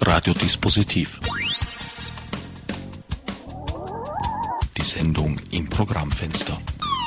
Radiodispositiv. Die Sendung im Programmfenster.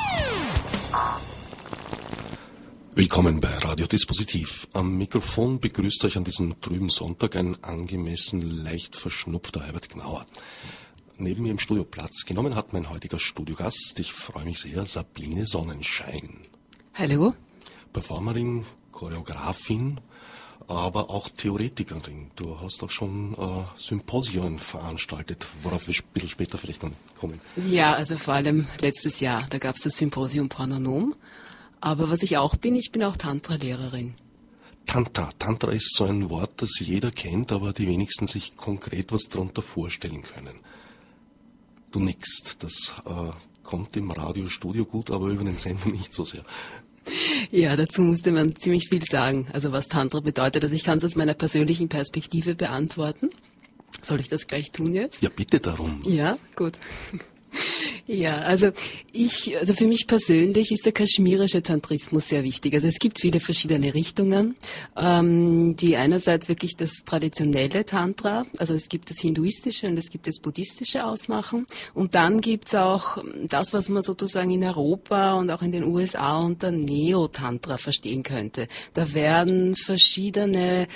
Willkommen bei Radiodispositiv. Am Mikrofon begrüßt euch an diesem trüben Sonntag ein angemessen leicht verschnupfter Herbert Gnauer. Neben mir im Studio Platz genommen hat mein heutiger Studiogast, ich freue mich sehr, Sabine Sonnenschein. Hallo. Performerin, Choreografin, aber auch Theoretikerin. Du hast auch schon Symposien veranstaltet, worauf wir ein bisschen später vielleicht dann kommen. Ja, also vor allem letztes Jahr, da gab es das Symposium Prononom. Aber was ich auch bin, ich bin auch Tantra-Lehrerin. Tantra ist so ein Wort, das jeder kennt, aber die wenigsten sich konkret was darunter vorstellen können. Du nickst, das kommt im Radiostudio gut, aber über den Sender nicht so sehr. Ja, dazu musste man ziemlich viel sagen, also was Tantra bedeutet. Also ich kann es aus meiner persönlichen Perspektive beantworten. Soll ich das gleich tun jetzt? Ja, bitte darum. Ja, gut. Ja, also für mich persönlich ist der kaschmirische Tantrismus sehr wichtig. Also es gibt viele verschiedene Richtungen, die einerseits wirklich das traditionelle Tantra, also es gibt das hinduistische und es gibt das buddhistische ausmachen. Und dann gibt's auch das, was man sozusagen in Europa und auch in den USA unter Neo-Tantra verstehen könnte. Da werden verschiedene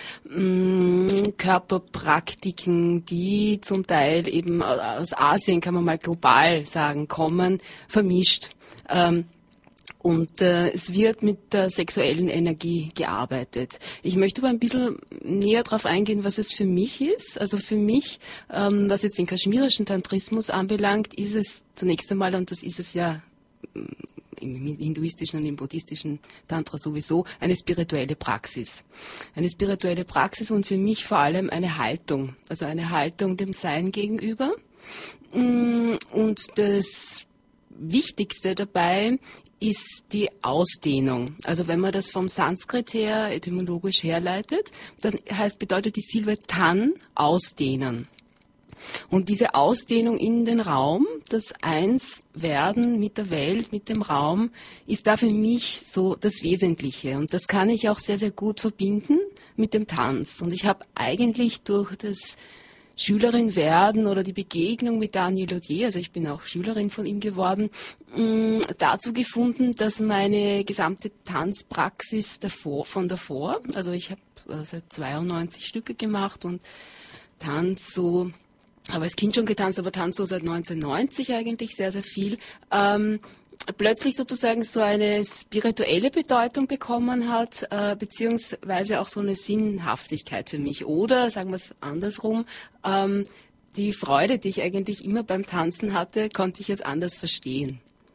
Körperpraktiken, die zum Teil eben aus Asien, kann man mal global sagen, kommen, vermischt. Und es wird mit der sexuellen Energie gearbeitet. Ich möchte aber ein bisschen näher darauf eingehen, was es für mich ist. Also für mich, was jetzt den kaschmirischen Tantrismus anbelangt, ist es zunächst einmal, und das ist es ja im hinduistischen und im buddhistischen Tantra sowieso, eine spirituelle Praxis. Eine spirituelle Praxis und für mich vor allem eine Haltung. Also eine Haltung dem Sein gegenüber. Und das Wichtigste dabei ist die Ausdehnung. Also wenn man das vom Sanskrit her etymologisch herleitet, dann bedeutet die Silbe Tan ausdehnen. Und diese Ausdehnung in den Raum, das Einswerden mit der Welt, mit dem Raum, ist da für mich so das Wesentliche. Und das kann ich auch sehr, sehr gut verbinden mit dem Tanz. Und ich habe eigentlich durch das Schülerin werden oder die Begegnung mit Daniel Odier, also ich bin auch Schülerin von ihm geworden, dazu gefunden, dass meine gesamte Tanzpraxis von davor, also ich habe seit 92 Stücke gemacht und Tanz so, aber als Kind schon getanzt, aber Tanz so seit 1990 eigentlich sehr, sehr viel, plötzlich sozusagen so eine spirituelle Bedeutung bekommen hat, beziehungsweise auch so eine Sinnhaftigkeit für mich. Oder, sagen wir es andersrum, die Freude, die ich eigentlich immer beim Tanzen hatte, konnte ich jetzt anders verstehen.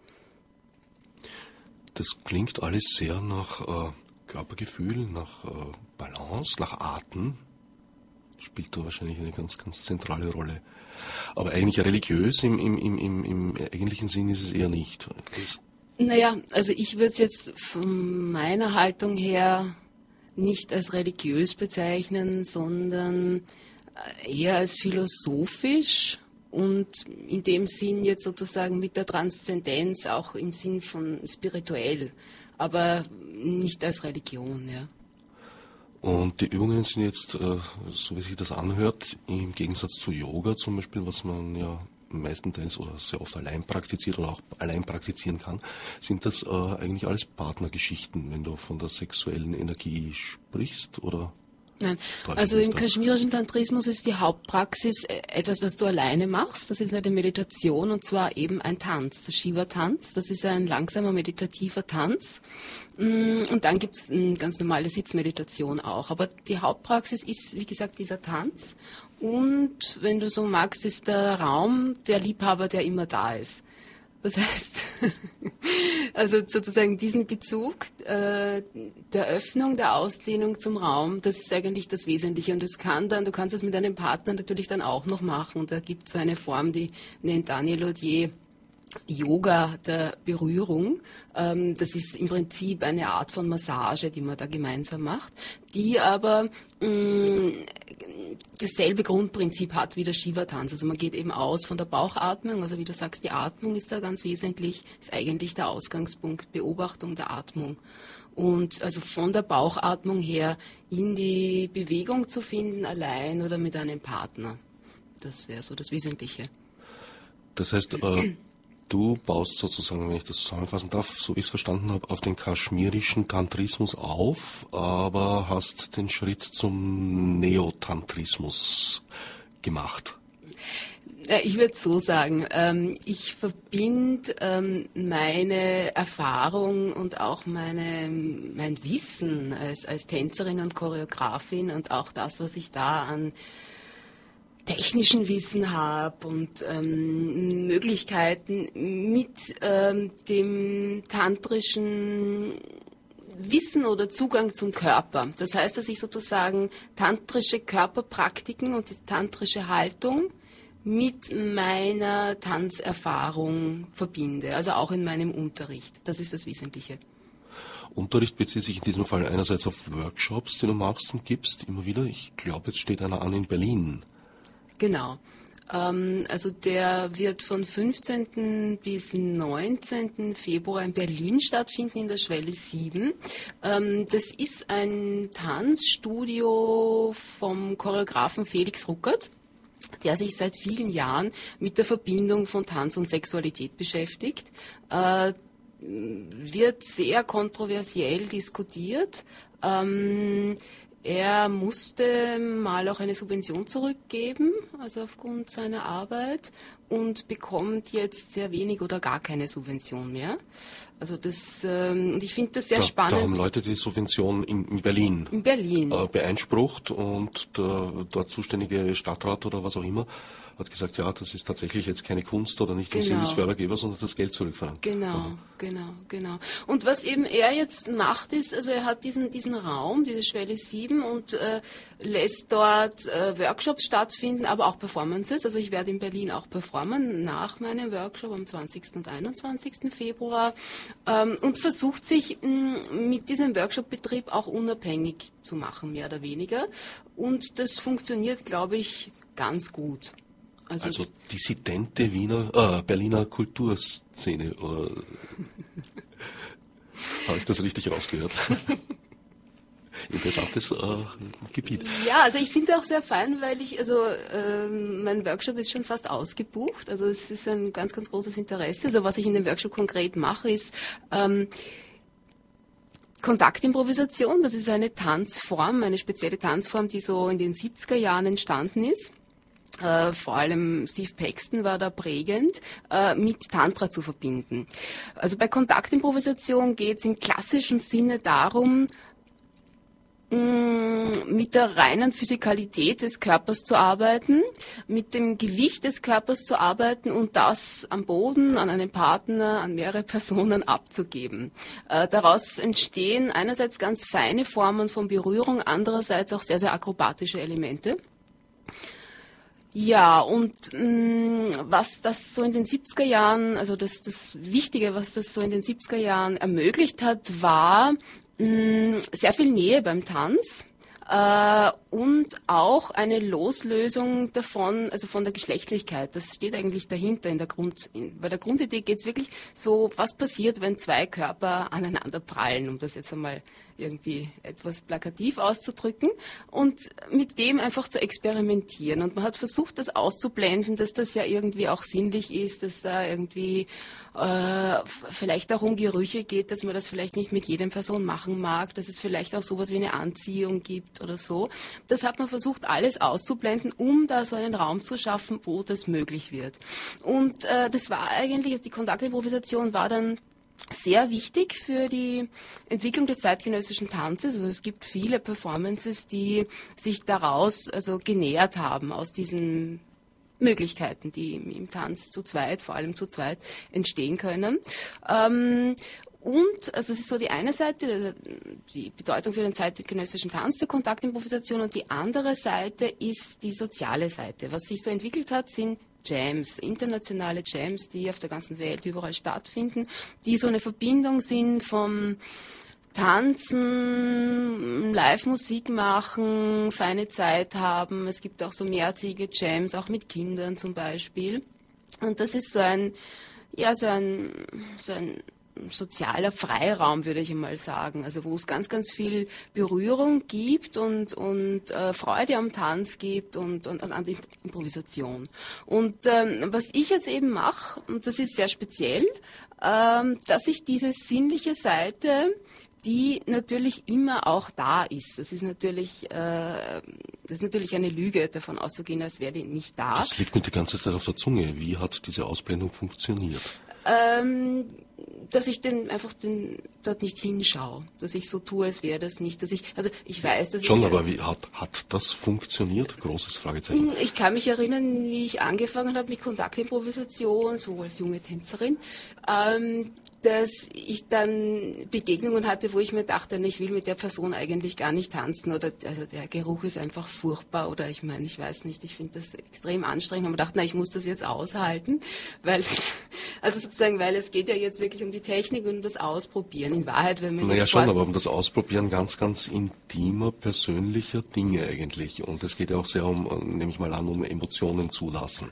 Das klingt alles sehr nach Körpergefühl, nach Balance, nach Atem. Spielt da wahrscheinlich eine ganz, ganz zentrale Rolle. Aber eigentlich religiös im eigentlichen Sinn ist es eher nicht. Naja, also ich würde es jetzt von meiner Haltung her nicht als religiös bezeichnen, sondern eher als philosophisch und in dem Sinn jetzt sozusagen mit der Transzendenz auch im Sinn von spirituell, aber nicht als Religion, ja. Und die Übungen sind jetzt, so wie sich das anhört, im Gegensatz zu Yoga zum Beispiel, was man ja meistenteils oder sehr oft allein praktiziert oder auch allein praktizieren kann, sind das eigentlich alles Partnergeschichten, wenn du von der sexuellen Energie sprichst, oder? Nein, also im kaschmirischen Tantrismus ist die Hauptpraxis etwas, was du alleine machst. Das ist eine Meditation und zwar eben ein Tanz, das Shiva-Tanz. Das ist ein langsamer meditativer Tanz. Und dann gibt es eine ganz normale Sitzmeditation auch. Aber die Hauptpraxis ist, wie gesagt, dieser Tanz. Und wenn du so magst, ist der Raum der Liebhaber, der immer da ist. Das heißt, also sozusagen diesen Bezug der Öffnung, der Ausdehnung zum Raum, das ist eigentlich das Wesentliche. Und du kannst das mit deinem Partner natürlich dann auch noch machen. Und da gibt es eine Form, die nennt Daniel Odier Yoga der Berührung. Das ist im Prinzip eine Art von Massage, die man da gemeinsam macht, die aber dasselbe Grundprinzip hat wie der Shiva-Tanz. Also man geht eben aus von der Bauchatmung, also wie du sagst, die Atmung ist da ganz wesentlich, ist eigentlich der Ausgangspunkt, Beobachtung der Atmung. Und also von der Bauchatmung her in die Bewegung zu finden, allein oder mit einem Partner. Das wäre so das Wesentliche. Das heißt, du baust sozusagen, wenn ich das zusammenfassen darf, so wie ich es verstanden habe, auf den kaschmirischen Tantrismus auf, aber hast den Schritt zum Neotantrismus gemacht. Ich würde so sagen, ich verbinde meine Erfahrung und auch mein Wissen als Tänzerin und Choreografin und auch das, was ich da an technischen Wissen habe und Möglichkeiten mit dem tantrischen Wissen oder Zugang zum Körper. Das heißt, dass ich sozusagen tantrische Körperpraktiken und die tantrische Haltung mit meiner Tanzerfahrung verbinde, also auch in meinem Unterricht. Das ist das Wesentliche. Unterricht bezieht sich in diesem Fall einerseits auf Workshops, die du machst und gibst, immer wieder. Ich glaube, jetzt steht einer an in Berlin. Genau. Also der wird von 15. bis 19. Februar in Berlin stattfinden, in der Schwelle 7. Das ist ein Tanzstudio vom Choreografen Felix Ruckert, der sich seit vielen Jahren mit der Verbindung von Tanz und Sexualität beschäftigt. Wird sehr kontroversiell diskutiert. Er musste mal auch eine Subvention zurückgeben, also aufgrund seiner Arbeit, und bekommt jetzt sehr wenig oder gar keine Subvention mehr. Also das, und ich finde das sehr spannend. Da haben Leute die Subvention in Berlin, beeinsprucht und der dort zuständige Stadtrat oder was auch immer hat gesagt, ja, das ist tatsächlich jetzt keine Kunst oder nicht im Sinn des Fördergebers, sondern das Geld zurückverlangt. Genau. Und was eben er jetzt macht, ist, also er hat diesen Raum, diese Schwelle 7 und lässt dort Workshops stattfinden, aber auch Performances. Also ich werde in Berlin auch performen nach meinem Workshop am 20. und 21. Februar und versucht sich mit diesem Workshop-Betrieb auch unabhängig zu machen, mehr oder weniger. Und das funktioniert, glaube ich, ganz gut. Also dissidente Berliner Kulturszene, oder habe ich das richtig rausgehört? Interessantes Gebiet. Ja, also ich finde es auch sehr fein, weil mein Workshop ist schon fast ausgebucht. Also es ist ein ganz, ganz großes Interesse. Also was ich in dem Workshop konkret mache, ist Kontaktimprovisation. Das ist eine Tanzform, eine spezielle Tanzform, die so in den 70er Jahren entstanden ist. Vor allem Steve Paxton war da prägend, mit Tantra zu verbinden. Also bei Kontaktimprovisation geht es im klassischen Sinne darum, mit der reinen Physikalität des Körpers zu arbeiten, mit dem Gewicht des Körpers zu arbeiten und das am Boden, an einen Partner, an mehrere Personen abzugeben. Daraus entstehen einerseits ganz feine Formen von Berührung, andererseits auch sehr, sehr akrobatische Elemente. Ja, und was das so in den 70er Jahren, also das Wichtige, was das so in den 70er Jahren ermöglicht hat, war sehr viel Nähe beim Tanz und auch eine Loslösung davon, also von der Geschlechtlichkeit. Das steht eigentlich dahinter bei der Grundidee geht es wirklich so, was passiert, wenn zwei Körper aneinander prallen, um das jetzt einmal irgendwie etwas plakativ auszudrücken und mit dem einfach zu experimentieren. Und man hat versucht, das auszublenden, dass das ja irgendwie auch sinnlich ist, dass da irgendwie vielleicht auch um Gerüche geht, dass man das vielleicht nicht mit jedem Person machen mag, dass es vielleicht auch sowas wie eine Anziehung gibt oder so. Das hat man versucht, alles auszublenden, um da so einen Raum zu schaffen, wo das möglich wird. Und das war eigentlich, die Kontaktimprovisation war dann sehr wichtig für die Entwicklung des zeitgenössischen Tanzes. Also es gibt viele Performances, die sich daraus also genährt haben, aus diesen Möglichkeiten, die im Tanz zu zweit, vor allem zu zweit, entstehen können. Und, also es ist so die eine Seite, die Bedeutung für den zeitgenössischen Tanz der Kontaktimprovisation, und die andere Seite ist die soziale Seite. Was sich so entwickelt hat, sind Jams, internationale Jams, die auf der ganzen Welt überall stattfinden, die so eine Verbindung sind vom Tanzen, Live-Musik machen, feine Zeit haben. Es gibt auch so mehrtägige Jams, auch mit Kindern zum Beispiel. Und das ist so ein sozialer Freiraum, würde ich mal sagen. Also wo es ganz, ganz viel Berührung gibt und Freude am Tanz gibt und an der Improvisation. Und was ich jetzt eben mache, und das ist sehr speziell, dass ich diese sinnliche Seite, die natürlich immer auch da ist. Das ist natürlich eine Lüge, davon auszugehen, als wäre die nicht da. Das liegt mir die ganze Zeit auf der Zunge. Wie hat diese Ausblendung funktioniert? Dass ich dort nicht hinschaue, dass ich so tue, als wäre das nicht, ich weiß, dass schon, aber wie hat das funktioniert? Großes Fragezeichen. Ich kann mich erinnern, wie ich angefangen habe mit Kontaktimprovisation, so als junge Tänzerin, dass ich dann Begegnungen hatte, wo ich mir dachte, ich will mit der Person eigentlich gar nicht tanzen oder also der Geruch ist einfach furchtbar oder ich weiß nicht, ich finde das extrem anstrengend und ich dachte, ich muss das jetzt aushalten, weil es geht ja jetzt wirklich um die Technik und um das Ausprobieren. In Wahrheit, wenn man aber um das Ausprobieren ganz, ganz intimer, persönlicher Dinge eigentlich und es geht ja auch sehr nehme ich mal an, um Emotionen zulassen.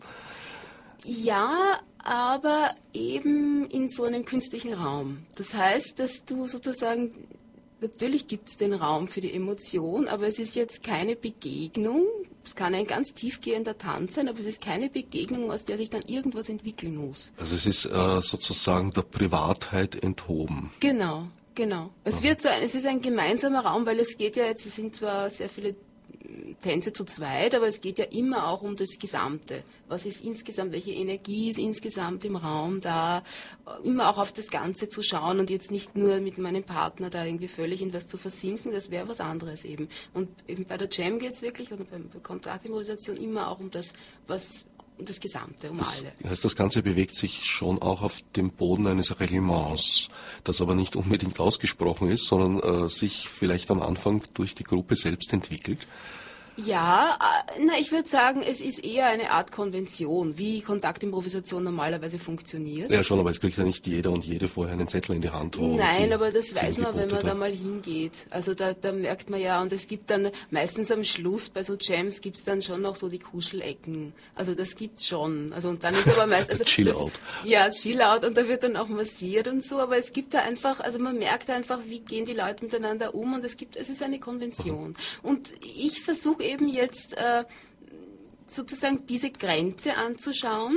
Ja, aber eben in so einem künstlichen Raum. Das heißt, dass du sozusagen, natürlich gibt es den Raum für die Emotion, aber es ist jetzt keine Begegnung. Es kann ein ganz tiefgehender Tanz sein, aber es ist keine Begegnung, aus der sich dann irgendwas entwickeln muss. Also es ist sozusagen der Privatheit enthoben. Genau. Es ist ein gemeinsamer Raum, weil es geht ja jetzt, es sind zwar sehr viele Tänze zu zweit, aber es geht ja immer auch um das Gesamte. Was ist insgesamt, welche Energie ist insgesamt im Raum da? Immer auch auf das Ganze zu schauen und jetzt nicht nur mit meinem Partner da irgendwie völlig in was zu versinken, das wäre was anderes eben. Und eben bei der Jam geht es wirklich, oder bei Kontaktimprovisation immer auch um das Gesamte, um alle. Das heißt, das Ganze bewegt sich schon auch auf dem Boden eines Reglements, das aber nicht unbedingt ausgesprochen ist, sondern sich vielleicht am Anfang durch die Gruppe selbst entwickelt. Ja, ich würde sagen, es ist eher eine Art Konvention, wie Kontaktimprovisation normalerweise funktioniert. Ja schon, aber es kriegt ja nicht jeder und jede vorher einen Zettel in die Hand. Nein, aber das weiß man, wenn man da mal hingeht. Also da merkt man ja, und es gibt dann meistens am Schluss bei so Jams gibt es dann schon noch so die Kuschelecken. Also das gibt's schon. Also und dann ist aber meistens Chill-Out. Ja, Chill-Out und da wird dann auch massiert und so, aber es gibt da einfach, also man merkt einfach, wie gehen die Leute miteinander um und es ist eine Konvention. Und ich versuche eben jetzt sozusagen diese Grenze anzuschauen,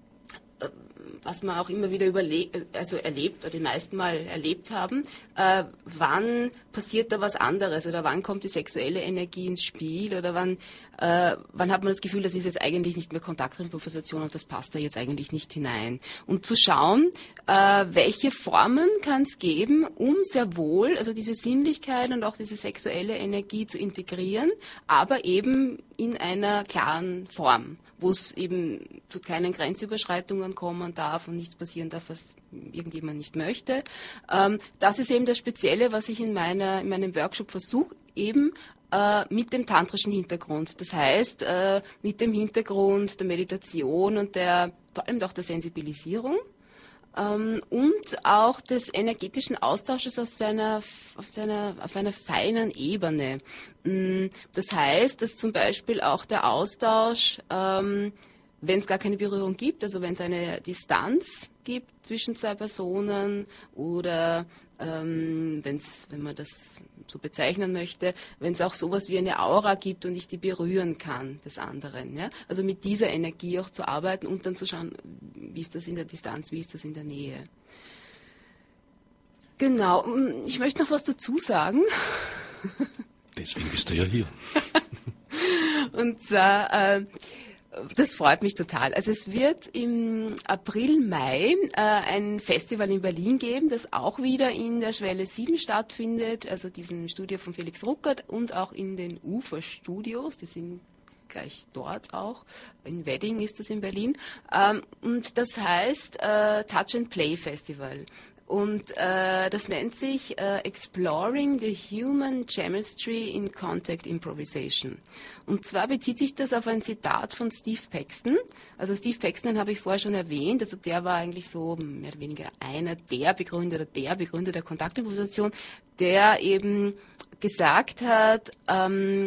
was man auch immer wieder erlebt oder die meisten Mal erlebt haben, wann passiert da was anderes oder wann kommt die sexuelle Energie ins Spiel oder wann hat man das Gefühl, das ist jetzt eigentlich nicht mehr Kontaktimprovisation und das passt da jetzt eigentlich nicht hinein. Und zu schauen, welche Formen kann es geben, um sehr wohl, also diese Sinnlichkeit und auch diese sexuelle Energie zu integrieren, aber eben in einer klaren Form, wo es eben zu keinen Grenzüberschreitungen kommen darf und nichts passieren darf, was irgendjemand nicht möchte. Das ist eben das Spezielle, was ich in meinem Workshop versuche, eben mit dem tantrischen Hintergrund. Das heißt, mit dem Hintergrund der Meditation und vor allem auch der Sensibilisierung. Und auch des energetischen Austausches auf einer feinen Ebene. Das heißt, dass zum Beispiel auch der Austausch, wenn es gar keine Berührung gibt, also wenn es eine Distanz gibt zwischen zwei Personen oder wenn man das so bezeichnen möchte, wenn es auch sowas wie eine Aura gibt und ich die berühren kann des anderen. Ja? Also mit dieser Energie auch zu arbeiten und dann zu schauen, wie ist das in der Distanz, wie ist das in der Nähe. Genau, ich möchte noch was dazu sagen. Deswegen bist du ja hier. Und zwar, das freut mich total. Also es wird im April, Mai ein Festival in Berlin geben, das auch wieder in der Schwelle 7 stattfindet, also diesem Studio von Felix Ruckert und auch in den Ufer-Studios, die sind gleich dort auch, in Wedding ist das in Berlin. Und das heißt Touch and Play Festival. Und das nennt sich Exploring the Human Chemistry in Contact Improvisation. Und zwar bezieht sich das auf ein Zitat von Steve Paxton. Also Steve Paxton habe ich vorher schon erwähnt. Also der war eigentlich so mehr oder weniger einer der Begründer der Kontaktimprovisation, der eben gesagt hat, wenn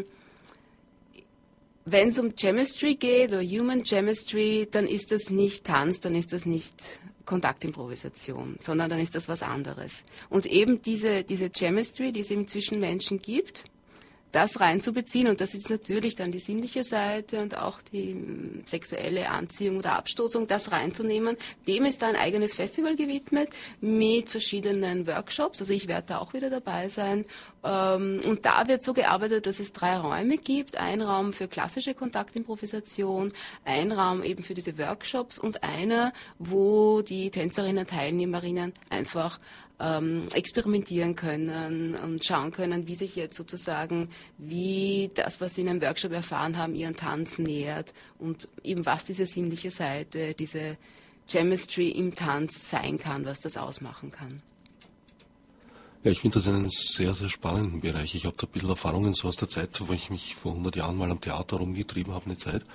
es um Chemistry geht oder Human Chemistry, dann ist das nicht Tanz, dann ist das nicht Kontaktimprovisation, sondern dann ist das was anderes. Und eben diese Chemistry, die es eben zwischen Menschen gibt, das reinzubeziehen, und das ist natürlich dann die sinnliche Seite und auch die sexuelle Anziehung oder Abstoßung, das reinzunehmen. Dem ist da ein eigenes Festival gewidmet mit verschiedenen Workshops. Also ich werde da auch wieder dabei sein. Und da wird so gearbeitet, dass es 3 Räume gibt. Ein Raum für klassische Kontaktimprovisation, ein Raum eben für diese Workshops und einer, wo die Tänzerinnen, Teilnehmerinnen einfach experimentieren können und schauen können, wie sich jetzt sozusagen, wie das, was sie in einem Workshop erfahren haben, ihren Tanz nähert und eben was diese sinnliche Seite, diese Chemistry im Tanz sein kann, was das ausmachen kann. Ja, ich finde das einen sehr, sehr spannenden Bereich. Ich habe da ein bisschen Erfahrungen so aus der Zeit, wo ich mich vor 100 Jahren mal am Theater rumgetrieben habe, eine Zeit.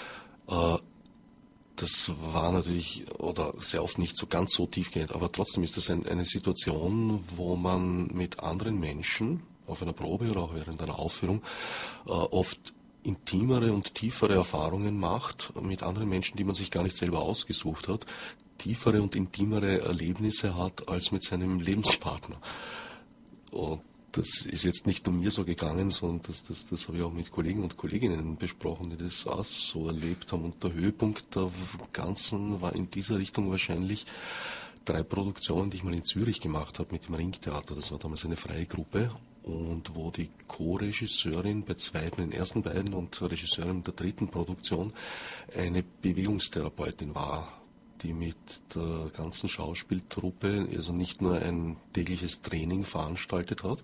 Das war natürlich oder sehr oft nicht so ganz so tiefgehend, aber trotzdem ist das eine Situation, wo man mit anderen Menschen auf einer Probe oder auch während einer Aufführung oft intimere und tiefere Erfahrungen macht mit anderen Menschen, die man sich gar nicht selber ausgesucht hat, tiefere und intimere Erlebnisse hat als mit seinem Lebenspartner. Und das ist jetzt nicht nur mir so gegangen, sondern das habe ich auch mit Kollegen und Kolleginnen besprochen, die das auch so erlebt haben. Und der Höhepunkt der Ganzen war in dieser Richtung wahrscheinlich 3 Produktionen, die ich mal in Zürich gemacht habe mit dem Ringtheater. Das war damals eine freie Gruppe und wo die Co-Regisseurin bei den ersten beiden und Regisseurin der 3. Produktion eine Bewegungstherapeutin war, die mit der ganzen Schauspieltruppe also nicht nur ein tägliches Training veranstaltet hat,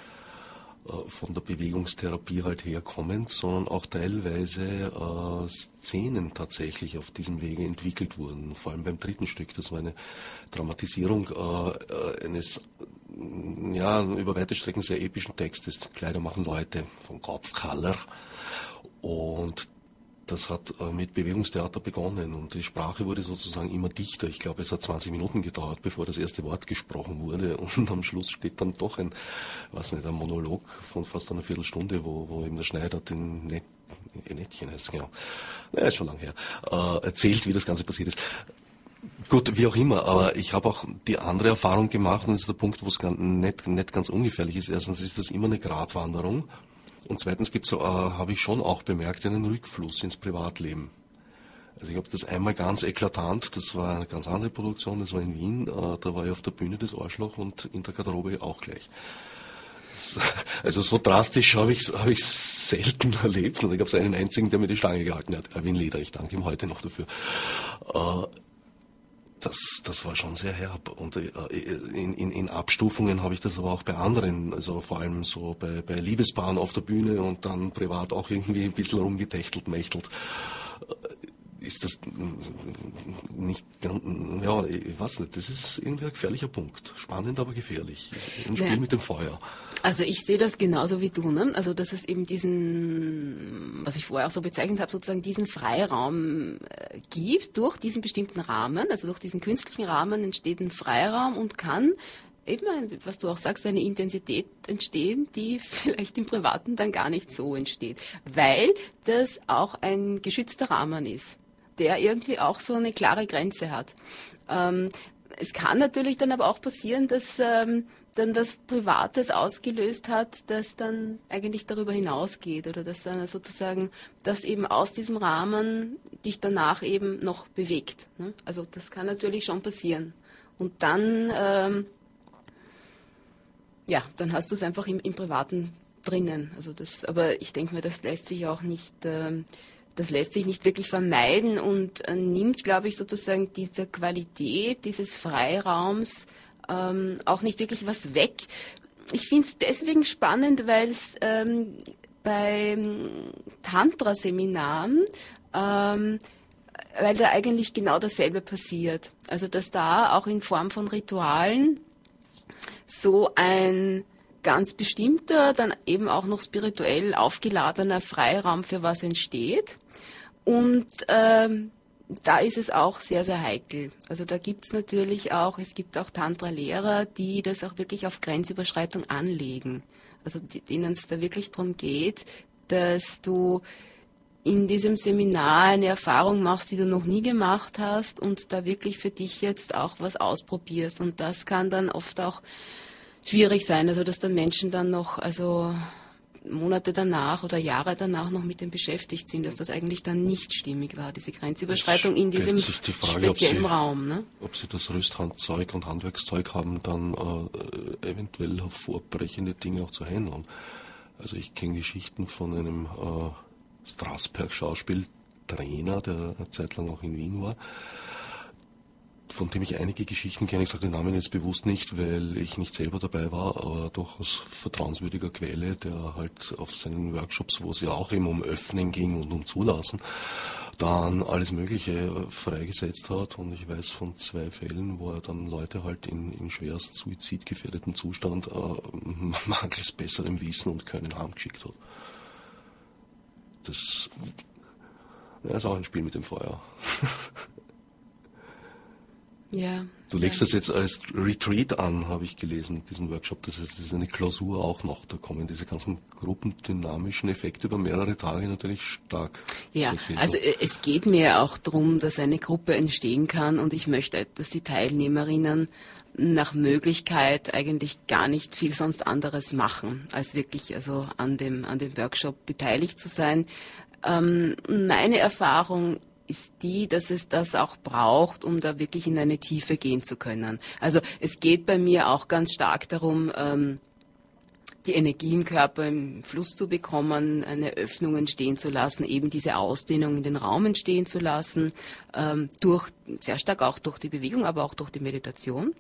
von der Bewegungstherapie halt herkommend, sondern auch teilweise Szenen tatsächlich auf diesem Wege entwickelt wurden. Vor allem beim 3. Stück, das war eine Dramatisierung eines über weite Strecken sehr epischen Textes, Kleider machen Leute, von Kopfkaller. Und das hat mit Bewegungstheater begonnen und die Sprache wurde sozusagen immer dichter. Ich glaube, es hat 20 Minuten gedauert, bevor das erste Wort gesprochen wurde und am Schluss steht dann doch ein Monolog von fast einer Viertelstunde, wo eben der Schneider den Nettchen heißt, genau, ist schon lange her, erzählt, wie das Ganze passiert ist. Gut, wie auch immer, aber ich habe auch die andere Erfahrung gemacht und das ist der Punkt, wo es nicht ganz ungefährlich ist. Erstens ist das immer eine Gratwanderung. Und zweitens habe ich schon auch bemerkt, einen Rückfluss ins Privatleben. Also ich habe das einmal ganz eklatant, das war eine ganz andere Produktion, das war in Wien, da war ich auf der Bühne des Arschloch und in der Garderobe auch gleich. Also so drastisch habe ich selten erlebt und da gab es einen einzigen, der mir die Stange gehalten hat, Erwin Leder, ich danke ihm heute noch dafür. Das war schon sehr herb und in Abstufungen habe ich das aber auch bei anderen, also vor allem so bei Liebespaaren auf der Bühne und dann privat auch irgendwie ein bisschen rumgetächtelt, mächtelt. Ist das nicht ganz, ich weiß nicht, das ist irgendwie ein gefährlicher Punkt. Spannend, aber gefährlich. Ein Spiel mit dem Feuer. Also ich sehe das genauso wie du, ne? Also dass es eben diesen, was ich vorher auch so bezeichnet habe, sozusagen diesen Freiraum gibt, durch diesen bestimmten Rahmen, also durch diesen künstlichen Rahmen entsteht ein Freiraum und kann eben, was du auch sagst, eine Intensität entstehen, die vielleicht im Privaten dann gar nicht so entsteht, weil das auch ein geschützter Rahmen ist, der irgendwie auch so eine klare Grenze hat. Es kann natürlich dann aber auch passieren, dass dann das Privates ausgelöst hat, das dann eigentlich darüber hinausgeht oder dass dann sozusagen das eben aus diesem Rahmen dich danach eben noch bewegt. Ne? Also das kann natürlich schon passieren. Und dann, dann hast du es einfach im Privaten drinnen. Also aber ich denke mir, das lässt sich auch nicht... Das lässt sich nicht wirklich vermeiden und nimmt, glaube ich, sozusagen dieser Qualität dieses Freiraums auch nicht wirklich was weg. Ich finde es deswegen spannend, weil es bei Tantra-Seminaren, weil da eigentlich genau dasselbe passiert. Also dass da auch in Form von Ritualen so ein ganz bestimmter, dann eben auch noch spirituell aufgeladener Freiraum für was entsteht. Und da ist es auch sehr, sehr heikel. Also da gibt es natürlich auch, es gibt auch Tantra-Lehrer, die das auch wirklich auf Grenzüberschreitung anlegen. Also denen es da wirklich darum geht, dass du in diesem Seminar eine Erfahrung machst, die du noch nie gemacht hast und da wirklich für dich jetzt auch was ausprobierst. Und das kann dann oft auch schwierig sein, also dass dann Menschen dann noch, also Monate danach oder Jahre danach noch mit dem beschäftigt sind, dass das eigentlich dann nicht stimmig war, diese Grenzüberschreitung in diesem speziellen Raum. Ne? Ob Sie das Rüsthandzeug und Handwerkszeug haben, dann eventuell hervorbrechende Dinge auch zu handeln. Also ich kenne Geschichten von einem Strasberg-Schauspieltrainer, der eine Zeit lang auch in Wien war, von dem ich einige Geschichten kenne. Ich sage den Namen jetzt bewusst nicht, weil ich nicht selber dabei war, aber doch aus vertrauenswürdiger Quelle, der halt auf seinen Workshops, wo es ja auch eben um Öffnen ging und um Zulassen, dann alles Mögliche freigesetzt hat. Und ich weiß von 2 Fällen, wo er dann Leute halt in schwerst suizidgefährdetem Zustand mangels besserem Wissen und Können heimgeschickt hat. Das ist auch ein Spiel mit dem Feuer. Ja. Du legst das jetzt als Retreat an, habe ich gelesen, diesen Workshop. Das heißt, das ist eine Klausur auch noch. Da kommen diese ganzen gruppendynamischen Effekte über mehrere Tage natürlich stark. Ja, also es geht mir auch darum, dass eine Gruppe entstehen kann und ich möchte, dass die Teilnehmerinnen nach Möglichkeit eigentlich gar nicht viel sonst anderes machen, als wirklich also an dem Workshop beteiligt zu sein. Meine Erfahrung ist die, dass es das auch braucht, um da wirklich in eine Tiefe gehen zu können. Also es geht bei mir auch ganz stark darum, die Energie im Körper im Fluss zu bekommen, eine Öffnung entstehen zu lassen, eben diese Ausdehnung in den Raum entstehen zu lassen, sehr stark auch durch die Bewegung, aber auch durch die Meditation.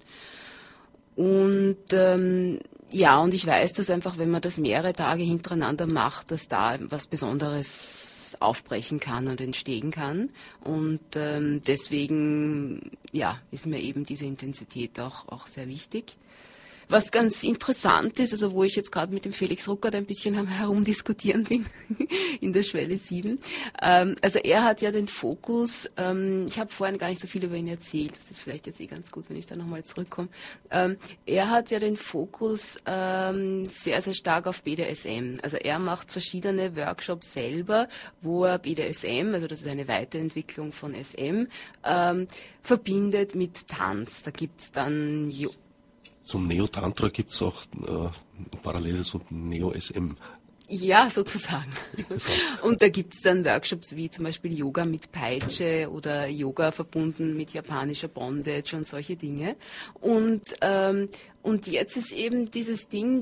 Und und ich weiß, dass einfach, wenn man das mehrere Tage hintereinander macht, dass da was Besonderes aufbrechen kann und entstehen kann. Und deswegen ist mir eben diese Intensität auch sehr wichtig. Was ganz interessant ist, also wo ich jetzt gerade mit dem Felix Ruckert ein bisschen am Herumdiskutieren bin, in der Schwelle 7. Also er hat ja den Fokus, ich habe vorhin gar nicht so viel über ihn erzählt, das ist vielleicht jetzt ganz gut, wenn ich da nochmal zurückkomme. Er hat ja den Fokus sehr, sehr stark auf BDSM. Also er macht verschiedene Workshops selber, wo er BDSM, also das ist eine Weiterentwicklung von SM, verbindet mit Tanz. Da gibt's dann zum Neo-Tantra gibt es auch parallel zum Neo-SM. Ja, sozusagen. Und da gibt es dann Workshops wie zum Beispiel Yoga mit Peitsche oder Yoga verbunden mit japanischer Bondage und solche Dinge. Und jetzt ist eben dieses Ding,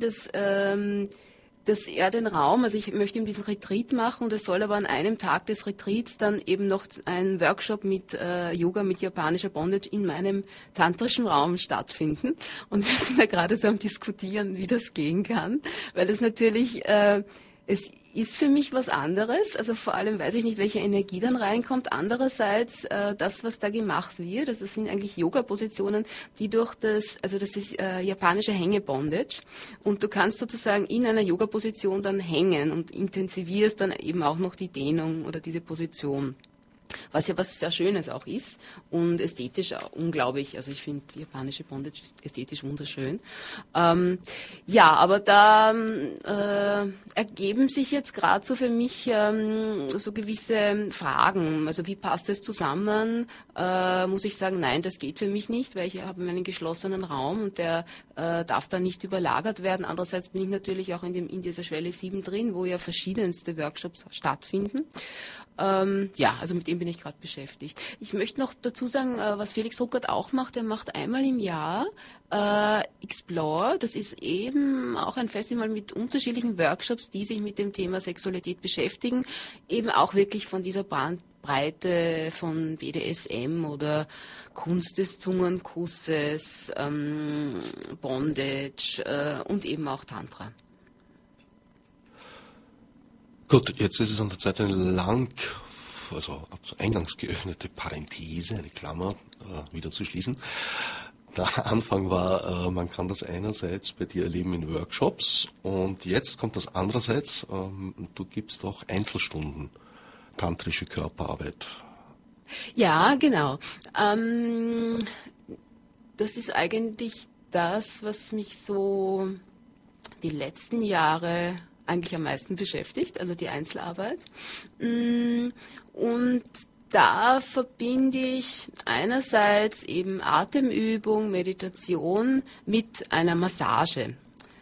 dass er den Raum, also ich möchte ihm diesen Retreat machen und es soll aber an einem Tag des Retreats dann eben noch ein Workshop mit Yoga mit japanischer Bondage in meinem tantrischen Raum stattfinden. Und wir sind da gerade so am Diskutieren, wie das gehen kann, weil das natürlich, es ist für mich was anderes, also vor allem weiß ich nicht, welche Energie dann reinkommt. Andererseits, das, was da gemacht wird, also das sind eigentlich Yoga-Positionen, die durch das ist japanische Hänge-Bondage und du kannst sozusagen in einer Yoga-Position dann hängen und intensivierst dann eben auch noch die Dehnung oder diese Position. Was ja was sehr Schönes auch ist und ästhetisch auch unglaublich. Also ich finde die japanische Bondage ist ästhetisch wunderschön. Aber da ergeben sich jetzt gerade so für mich so gewisse Fragen. Also wie passt das zusammen? Muss ich sagen, nein, das geht für mich nicht, weil ich habe meinen geschlossenen Raum und der darf da nicht überlagert werden. Andererseits bin ich natürlich auch in dieser Schwelle 7 drin, wo ja verschiedenste Workshops stattfinden. Also mit dem bin ich gerade beschäftigt. Ich möchte noch dazu sagen, was Felix Ruckert auch macht. Er macht einmal im Jahr Explore. Das ist eben auch ein Festival mit unterschiedlichen Workshops, die sich mit dem Thema Sexualität beschäftigen. Eben auch wirklich von dieser Bandbreite von BDSM oder Kunst des Zungenkusses, Bondage und eben auch Tantra. Gut, jetzt ist es an der Zeit eine eingangs geöffnete Parenthese, eine Klammer, wieder zu schließen. Der Anfang war, man kann das einerseits bei dir erleben in Workshops und jetzt kommt das andererseits, du gibst auch Einzelstunden, tantrische Körperarbeit. Ja, genau. Das ist eigentlich das, was mich so die letzten Jahre eigentlich am meisten beschäftigt, also die Einzelarbeit. Und da verbinde ich einerseits eben Atemübung, Meditation mit einer Massage.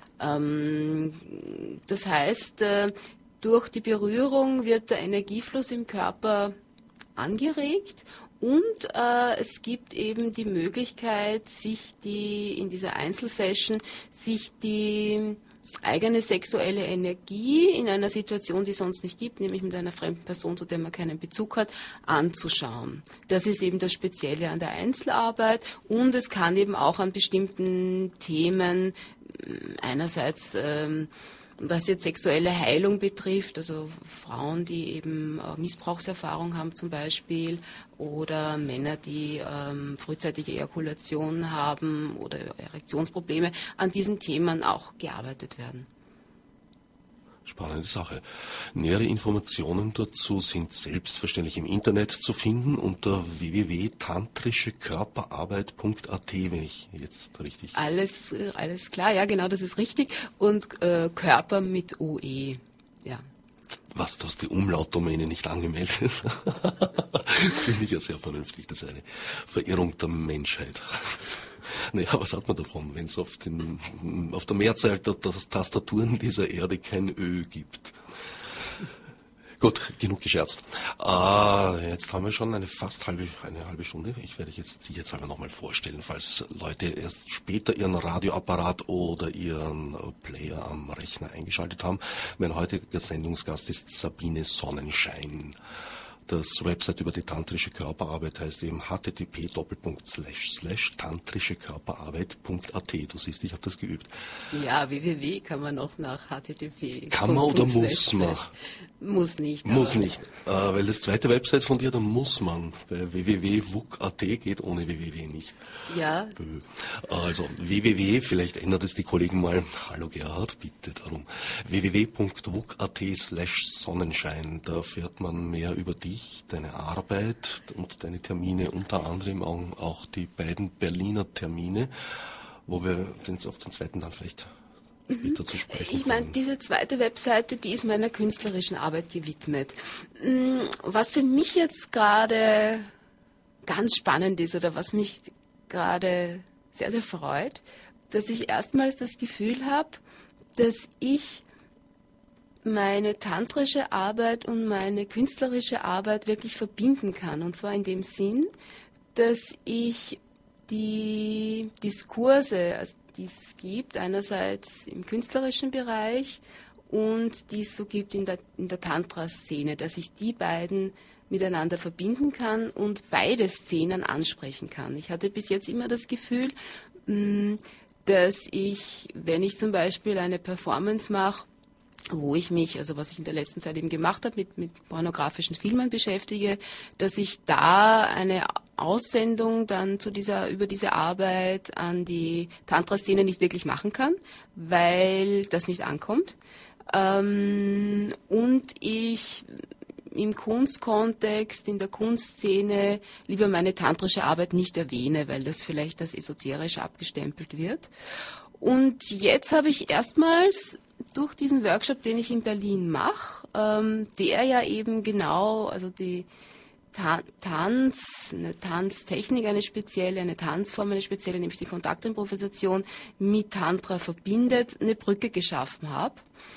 Das heißt, durch die Berührung wird der Energiefluss im Körper angeregt und es gibt eben die Möglichkeit, in dieser Einzelsession sich die eigene sexuelle Energie in einer Situation, die es sonst nicht gibt, nämlich mit einer fremden Person, zu der man keinen Bezug hat, anzuschauen. Das ist eben das Spezielle an der Einzelarbeit und es kann eben auch an bestimmten Themen, einerseits was jetzt sexuelle Heilung betrifft, also Frauen, die eben Missbrauchserfahrung haben zum Beispiel, oder Männer, die frühzeitige Ejakulation haben oder Erektionsprobleme, an diesen Themen auch gearbeitet werden. Spannende Sache. Nähere Informationen dazu sind selbstverständlich im Internet zu finden unter www.tantrischekörperarbeit.at, wenn ich jetzt richtig... Alles klar, ja genau, das ist richtig. Und Körper mit OE, ja. Was, du hast die Umlautdomäne nicht angemeldet? Finde ich ja sehr vernünftig, das ist eine Verirrung der Menschheit. Naja, was hat man davon, wenn es auf der Mehrzahl der Tastaturen dieser Erde kein Ö gibt? Gut, genug gescherzt. Jetzt haben wir schon eine halbe Stunde. Ich werde Sie jetzt nochmal vorstellen, falls Leute erst später ihren Radioapparat oder ihren Player am Rechner eingeschaltet haben. Mein heutiger Sendungsgast ist Sabine Sonnenschein. Das Website über die tantrische Körperarbeit heißt eben http://tantrischekörperarbeit.at. Du siehst, ich habe das geübt. Ja, www kann man noch nach http. Kann man oder muss man? Muss nicht. Muss nicht, weil das zweite Website von dir, da muss man. Bei www.wuk.at geht ohne www nicht. Ja. Also www, vielleicht ändert es die Kollegen mal. Hallo Gerhard, bitte darum. www.wuk.at/Sonnenschein. Da erfährt man mehr über dich, deine Arbeit und deine Termine, unter anderem auch die beiden Berliner Termine, wo wir auf den zweiten dann vielleicht später zu sprechen kommen. Ich meine, diese zweite Webseite, die ist meiner künstlerischen Arbeit gewidmet. Was für mich jetzt gerade ganz spannend ist oder was mich gerade sehr, sehr freut, dass ich erstmals das Gefühl habe, dass ich meine tantrische Arbeit und meine künstlerische Arbeit wirklich verbinden kann. Und zwar in dem Sinn, dass ich die Diskurse, also die es gibt, einerseits im künstlerischen Bereich und die es so gibt in der Tantra-Szene, dass ich die beiden miteinander verbinden kann und beide Szenen ansprechen kann. Ich hatte bis jetzt immer das Gefühl, dass ich, wenn ich zum Beispiel eine Performance mache, wo ich mich, also was ich in der letzten Zeit eben gemacht habe, mit pornografischen Filmen beschäftige, dass ich da eine Aussendung dann über diese Arbeit an die Tantra-Szene nicht wirklich machen kann, weil das nicht ankommt. Und ich im Kunstkontext, in der Kunstszene lieber meine tantrische Arbeit nicht erwähne, weil das vielleicht als esoterisch abgestempelt wird. Und jetzt habe ich erstmals durch diesen Workshop, den ich in Berlin mache, der ja eben genau, also die eine Tanztechnik, eine Tanzform, eine spezielle, nämlich die Kontaktimprovisation mit Tantra verbindet, eine Brücke geschaffen habe.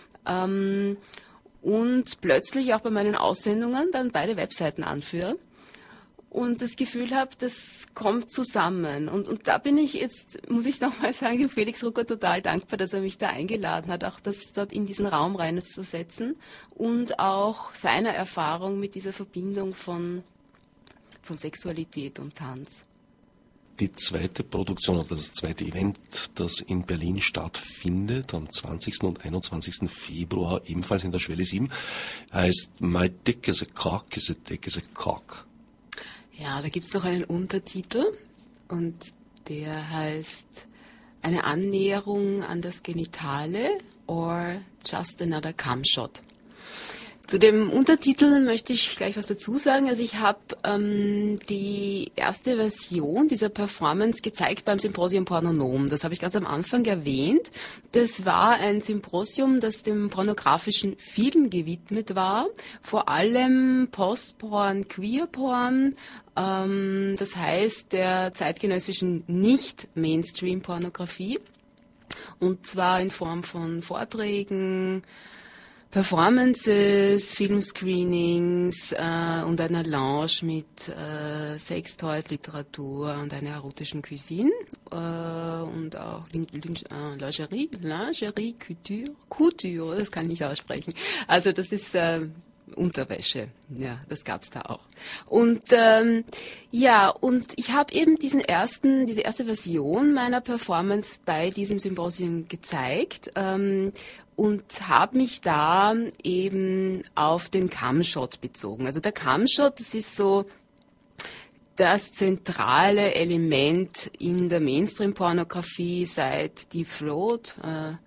Und plötzlich auch bei meinen Aussendungen dann beide Webseiten anführe. Und das Gefühl habe, das kommt zusammen. Und da bin ich jetzt, muss ich nochmal sagen, Felix Rucker total dankbar, dass er mich da eingeladen hat, auch das dort in diesen Raum reinzusetzen und auch seiner Erfahrung mit dieser Verbindung von Sexualität und Tanz. Die zweite Produktion oder das zweite Event, das in Berlin stattfindet, am 20. und 21. Februar, ebenfalls in der Schwelle 7, heißt My Dick is a Cock is a Dick is a Cock. Ja, da gibt es noch einen Untertitel und der heißt eine Annäherung an das Genitale or just another cum shot. Zu dem Untertitel möchte ich gleich was dazu sagen. Also ich habe die erste Version dieser Performance gezeigt beim Symposium Pornonom. Das habe ich ganz am Anfang erwähnt. Das war ein Symposium, das dem pornografischen Film gewidmet war. Vor allem Postporn, Queerporn, das heißt der zeitgenössischen Nicht-Mainstream-Pornografie. Und zwar in Form von Vorträgen, Performances, Filmscreenings und einer Lounge mit Sextoys, Literatur und einer erotischen Cuisine und auch Lingerie, Couture, das kann ich nicht aussprechen. Also das ist Unterwäsche, ja, das gab's da auch. Und und ich habe eben diese erste Version meiner Performance bei diesem Symposium gezeigt. Und habe mich da eben auf den Cumshot bezogen. Also der Cumshot, das ist so das zentrale Element in der Mainstream-Pornografie seit Deep Throat,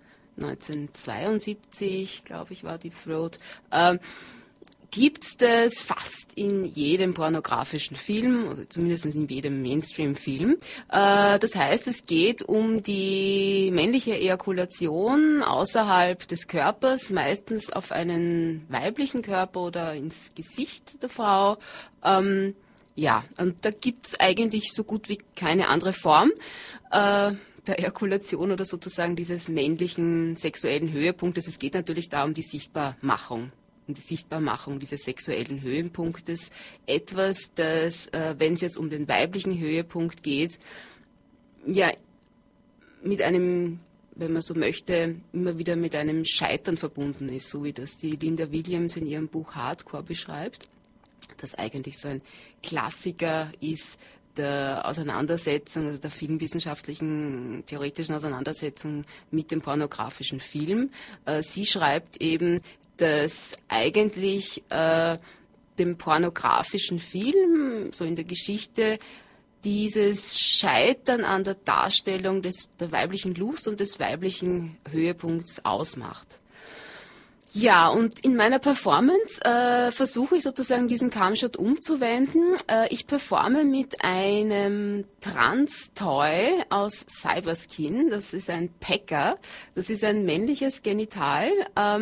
1972, glaube ich, war Deep Throat. Gibt's das fast in jedem pornografischen Film, oder zumindest in jedem Mainstream-Film. Das heißt, es geht um die männliche Ejakulation außerhalb des Körpers, meistens auf einen weiblichen Körper oder ins Gesicht der Frau. Und da gibt's eigentlich so gut wie keine andere Form der Ejakulation oder sozusagen dieses männlichen sexuellen Höhepunktes. Es geht natürlich da um die Sichtbarmachung dieses sexuellen Höhepunktes. Etwas, das, wenn es jetzt um den weiblichen Höhepunkt geht, ja, mit einem, wenn man so möchte, immer wieder mit einem Scheitern verbunden ist, so wie das die Linda Williams in ihrem Buch Hardcore beschreibt, das eigentlich so ein Klassiker ist der Auseinandersetzung, also der filmwissenschaftlichen, theoretischen Auseinandersetzung mit dem pornografischen Film. Sie schreibt eben, dass eigentlich dem pornografischen Film, so in der Geschichte, dieses Scheitern an der Darstellung der weiblichen Lust und des weiblichen Höhepunkts ausmacht. Ja, und in meiner Performance versuche ich sozusagen diesen Cumshot umzuwenden. Ich performe mit einem Trans-Toy aus Cyberskin. Das ist ein Pecker. Das ist ein männliches Genital.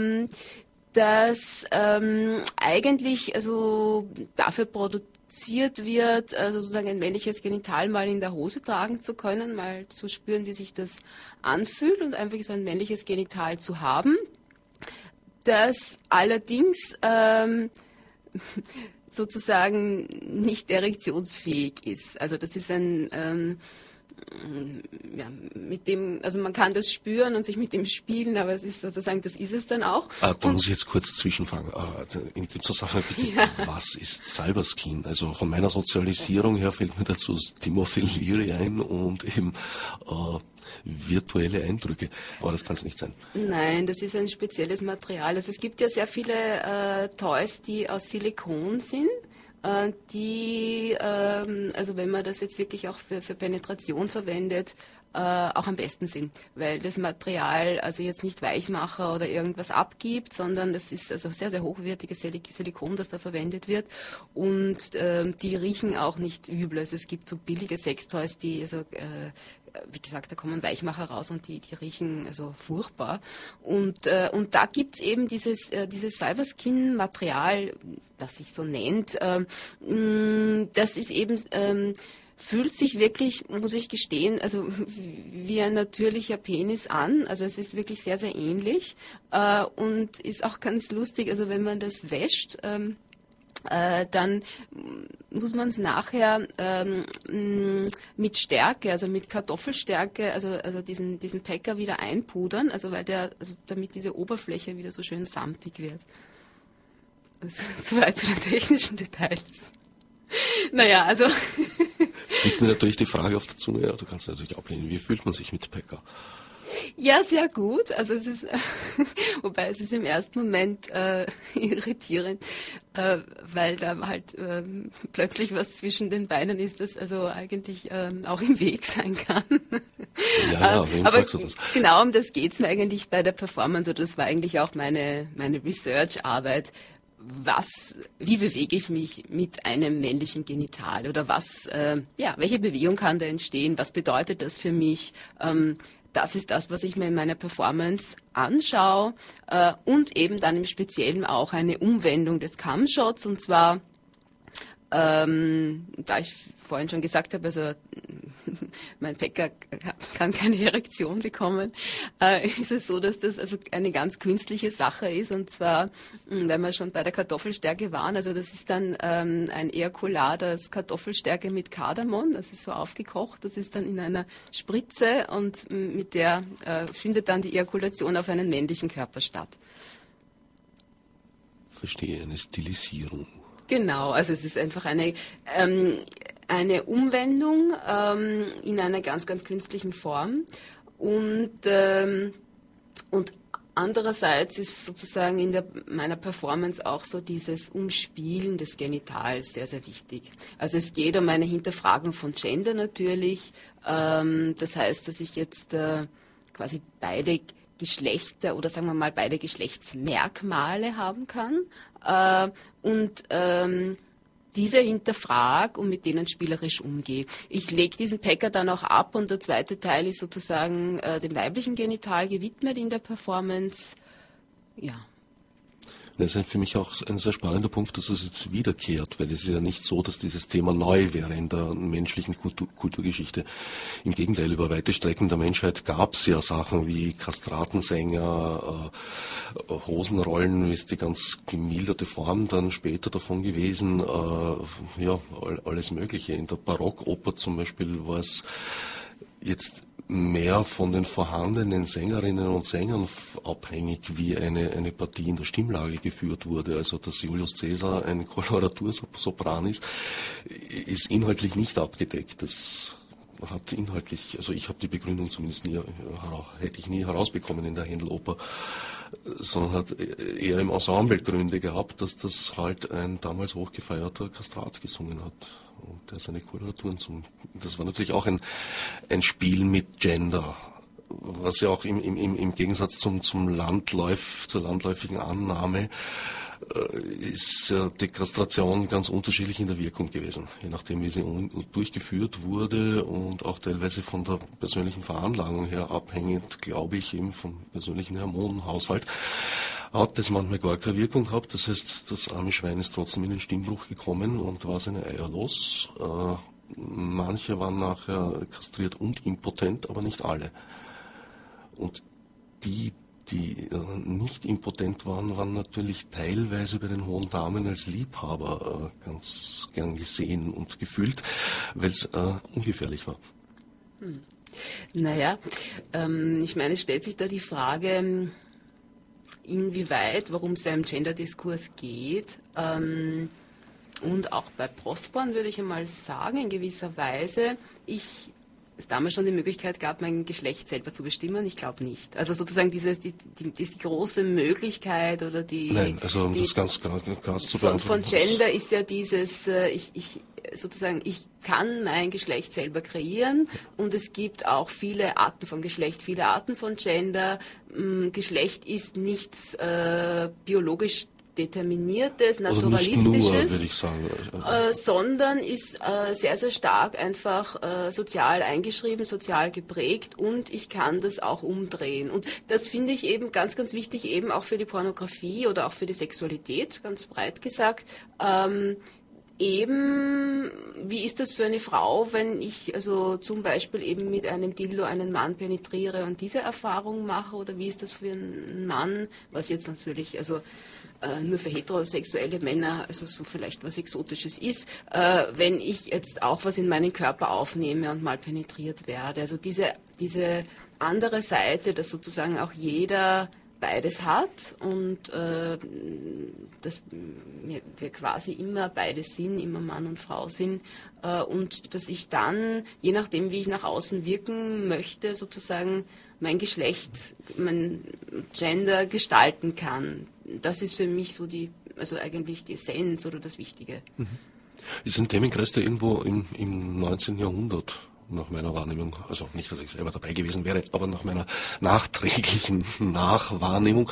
Das eigentlich also dafür produziert wird, sozusagen ein männliches Genital mal in der Hose tragen zu können, mal zu spüren, wie sich das anfühlt und einfach so ein männliches Genital zu haben, das allerdings sozusagen nicht erektionsfähig ist. Also das ist ein mit dem, also man kann das spüren und sich mit dem spielen, aber es ist sozusagen, das ist es dann auch. Da muss ich jetzt kurz zwischenfragen. In dem Zusammenhang bitte, was ist Cyberskin? Also von meiner Sozialisierung her fällt mir dazu Timothy Leary ein und eben virtuelle Eindrücke. Aber das kann es nicht sein. Nein, das ist ein spezielles Material. Also es gibt ja sehr viele Toys, die aus Silikon sind. Die, also wenn man das jetzt wirklich auch für Penetration verwendet, auch am besten sind, weil das Material also jetzt nicht Weichmacher oder irgendwas abgibt, sondern das ist also sehr, sehr hochwertiges Silikon, das da verwendet wird und die riechen auch nicht übel. Also es gibt so billige Sextoys, die also wie gesagt, da kommen Weichmacher raus und die riechen also furchtbar. Und da gibt's eben dieses Cyberskin-Material, das sich so nennt. Das ist eben fühlt sich wirklich, muss ich gestehen, also wie ein natürlicher Penis an. Also es ist wirklich sehr, sehr ähnlich und ist auch ganz lustig. Also wenn man das wäscht, dann muss man es nachher mit Stärke, also mit Kartoffelstärke, also diesen Packer wieder einpudern, also damit diese Oberfläche wieder so schön samtig wird. Soweit zu den technischen Details. Naja, also liegt mir natürlich die Frage auf der Zunge, ja, du kannst natürlich ablehnen, wie fühlt man sich mit Packer? Ja, sehr gut. Also es ist, wobei es ist im ersten Moment irritierend, weil da halt plötzlich was zwischen den Beinen ist, das also eigentlich auch im Weg sein kann. Ja, wem aber sagst du das? Genau um das geht's mir eigentlich bei der Performance. Oder das war eigentlich auch meine Research-Arbeit. wie bewege ich mich mit einem männlichen Genital oder welche Bewegung kann da entstehen, was bedeutet das für mich? Das ist das, was ich mir in meiner Performance anschaue und eben dann im Speziellen auch eine Umwendung des Cumshots, und zwar, da ich vorhin schon gesagt habe, also mein Bäcker kann keine Erektion bekommen, ist es so, dass das also eine ganz künstliche Sache ist, und zwar, wenn wir schon bei der Kartoffelstärke waren, also das ist dann ein Ejakulat aus Kartoffelstärke mit Kardamom, das ist so aufgekocht, das ist dann in einer Spritze und mit der findet dann die Ejakulation auf einen männlichen Körper statt. Verstehe, eine Stilisierung. Genau, also es ist einfach eine Umwendung in einer ganz, ganz künstlichen Form. Und andererseits ist sozusagen in meiner Performance auch so dieses Umspielen des Genitals sehr, sehr wichtig. Also es geht um eine Hinterfragung von Gender natürlich. Das heißt, dass ich jetzt quasi beide Geschlechter oder sagen wir mal beide Geschlechtsmerkmale haben kann und diese hinterfrage und mit denen spielerisch umgehe. Ich lege diesen Packer dann auch ab und der zweite Teil ist sozusagen dem weiblichen Genital gewidmet in der Performance. Ja. Das ist für mich auch ein sehr spannender Punkt, dass es jetzt wiederkehrt, weil es ist ja nicht so, dass dieses Thema neu wäre in der menschlichen Kulturgeschichte. Im Gegenteil, über weite Strecken der Menschheit gab es ja Sachen wie Kastratensänger, Hosenrollen, ist die ganz gemilderte Form dann später davon gewesen, alles Mögliche. In der Barockoper zum Beispiel war es jetzt mehr von den vorhandenen Sängerinnen und Sängern abhängig, wie eine Partie in der Stimmlage geführt wurde. Also dass Julius Caesar ein Koloratursopran ist inhaltlich nicht abgedeckt. Das hat inhaltlich, also ich habe die Begründung zumindest hätte ich nie herausbekommen in der Händeloper, sondern hat eher im Ensemble Gründe gehabt, dass das halt ein damals hochgefeierter Kastrat gesungen hat. Und der seine Koloraturen das war natürlich auch ein Spiel mit Gender, was ja auch im Gegensatz zur landläufigen Annahme ist die Kastration ganz unterschiedlich in der Wirkung gewesen, je nachdem wie sie durchgeführt wurde und auch teilweise von der persönlichen Veranlagung her abhängig, glaube ich, eben vom persönlichen Hormonhaushalt. Hat das manchmal gar keine Wirkung gehabt, das heißt, das arme Schwein ist trotzdem in den Stimmbruch gekommen und war seine Eier los. Manche waren nachher kastriert und impotent, aber nicht alle. Und die nicht impotent waren natürlich teilweise bei den hohen Damen als Liebhaber ganz gern gesehen und gefühlt, weil es ungefährlich war. Naja, ich meine, es stellt sich da die Frage, inwieweit, worum es ja im Gender-Diskurs geht. Und auch bei Prospern würde ich einmal sagen, in gewisser Weise, es damals schon die Möglichkeit gab, mein Geschlecht selber zu bestimmen? Ich glaube nicht. Also sozusagen die große Möglichkeit oder die... Nein, also um das ganz zu beantworten. Von Gender ist ja dieses, ich kann mein Geschlecht selber kreieren und es gibt auch viele Arten von Geschlecht, viele Arten von Gender. Geschlecht ist nichts biologisch Determiniertes, Naturalistisches, also nicht nur, würde ich sagen. Sondern ist sehr, sehr stark einfach sozial eingeschrieben, sozial geprägt und ich kann das auch umdrehen. Und das finde ich eben ganz, ganz wichtig, eben auch für die Pornografie oder auch für die Sexualität, ganz breit gesagt. Eben, wie ist das für eine Frau, wenn ich also zum Beispiel eben mit einem Dildo einen Mann penetriere und diese Erfahrung mache, oder wie ist das für einen Mann, was jetzt natürlich also nur für heterosexuelle Männer also so vielleicht was Exotisches ist, wenn ich jetzt auch was in meinen Körper aufnehme und mal penetriert werde. Also diese andere Seite, dass sozusagen auch jeder beides hat und dass wir quasi immer beides sind, immer Mann und Frau sind und dass ich dann, je nachdem wie ich nach außen wirken möchte, sozusagen mein Geschlecht, mein Gender gestalten kann. Das ist für mich so also eigentlich die Essenz oder das Wichtige. Ist ein Themenkreis, der irgendwo im 19. Jahrhundert nach meiner Wahrnehmung, also nicht, dass ich selber dabei gewesen wäre, aber nach meiner nachträglichen Nachwahrnehmung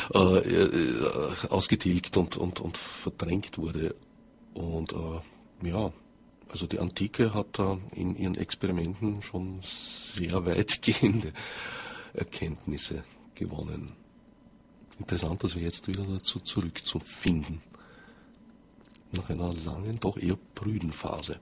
ausgetilgt und verdrängt wurde. Und ja, also die Antike hat da in ihren Experimenten schon sehr weitgehende Erkenntnisse gewonnen. Interessant, dass wir jetzt wieder dazu zurückzufinden. Nach einer langen, doch eher prüden Phase.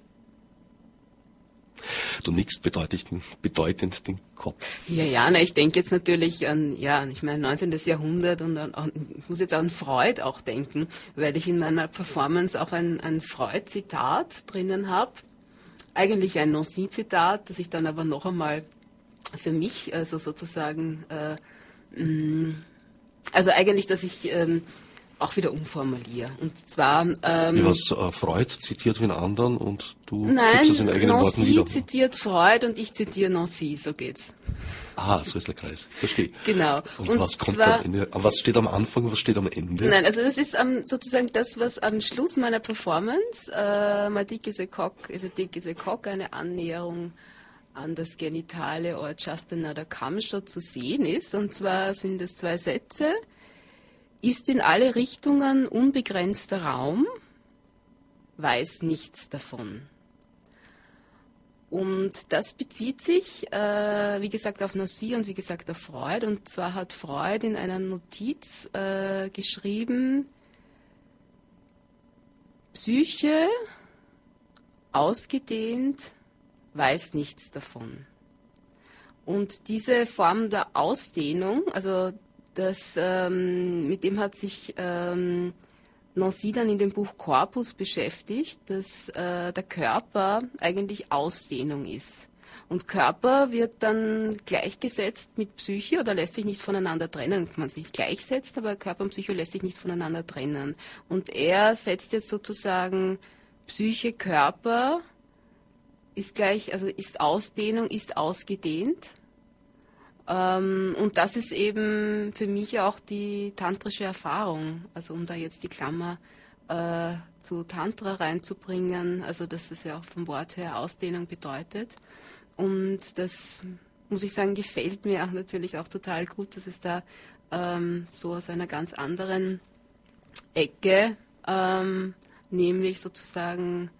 Du nickst bedeutend den Kopf. Ja, ich denke jetzt natürlich an, ich meine 19. Jahrhundert und ich muss jetzt an Freud auch denken, weil ich in meiner Performance auch ein Freud-Zitat drinnen habe. Eigentlich ein Nancy-Zitat, das ich dann aber noch einmal für mich, also sozusagen, also eigentlich, dass ich auch wieder umformuliere. Und zwar... Wie was Freud zitiert wie einen anderen und du Nein, gibst es in eigenen Worten wieder. Nancy zitiert Freud und ich zitiere Nancy, so geht's. Ah, so ist der Kreis. Verstehe. Genau. Und was kommt am Ende? Was steht am Anfang, was steht am Ende? Nein, also das ist sozusagen das, was am Schluss meiner Performance, My Dick is a Cock, eine Annäherung an das Genitale or just another cum shot zu sehen ist. Und zwar sind es 2 Sätze. Ist in alle Richtungen unbegrenzter Raum, weiß nichts davon. Und das bezieht sich, wie gesagt, auf Nancy und wie gesagt auf Freud. Und zwar hat Freud in einer Notiz geschrieben, Psyche, ausgedehnt, weiß nichts davon. Und diese Form der Ausdehnung, also mit dem hat sich Nancy dann in dem Buch Corpus beschäftigt, dass der Körper eigentlich Ausdehnung ist. Und Körper wird dann gleichgesetzt mit Psyche oder lässt sich nicht voneinander trennen. Man sich gleichsetzt, aber Körper und Psyche lässt sich nicht voneinander trennen. Und er setzt jetzt sozusagen Psyche, Körper ist gleich, also ist Ausdehnung, ist ausgedehnt. Und das ist eben für mich auch die tantrische Erfahrung, also um da jetzt die Klammer zu Tantra reinzubringen, also dass es ja auch vom Wort her Ausdehnung bedeutet. Und das, muss ich sagen, gefällt mir auch natürlich auch total gut, dass es da so aus einer ganz anderen Ecke, nämlich sozusagen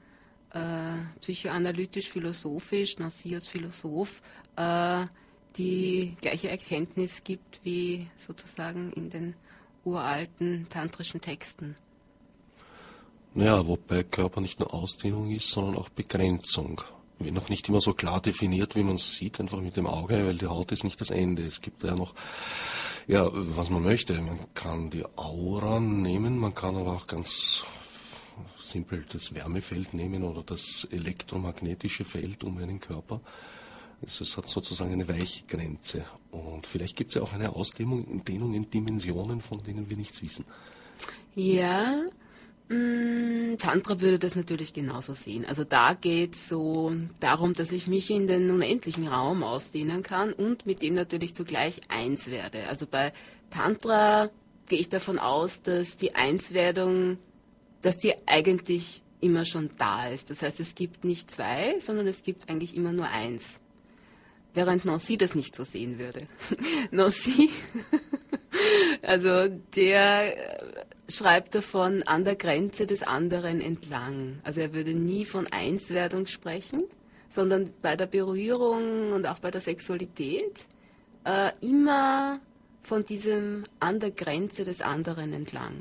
psychoanalytisch-philosophisch, Nancy als Philosoph, die gleiche Erkenntnis gibt wie sozusagen in den uralten tantrischen Texten. Naja, wobei Körper nicht nur Ausdehnung ist, sondern auch Begrenzung. Wird noch nicht immer so klar definiert, wie man es sieht, einfach mit dem Auge, weil die Haut ist nicht das Ende. Es gibt ja noch, was man möchte. Man kann die Aura nehmen, man kann aber auch ganz simpel das Wärmefeld nehmen oder das elektromagnetische Feld um einen Körper. Es hat sozusagen eine weiche Grenze. Und vielleicht gibt es ja auch eine Ausdehnung in Dimensionen, von denen wir nichts wissen. Ja, Tantra würde das natürlich genauso sehen. Also da geht es so darum, dass ich mich in den unendlichen Raum ausdehnen kann und mit dem natürlich zugleich eins werde. Also bei Tantra gehe ich davon aus, dass die Einswerdung, dass die eigentlich immer schon da ist. Das heißt, es gibt nicht 2, sondern es gibt eigentlich immer nur 1. Während Nancy das nicht so sehen würde. Nancy, also der schreibt davon an der Grenze des anderen entlang. Also er würde nie von Einswerdung sprechen, sondern bei der Berührung und auch bei der Sexualität immer von diesem an der Grenze des anderen entlang.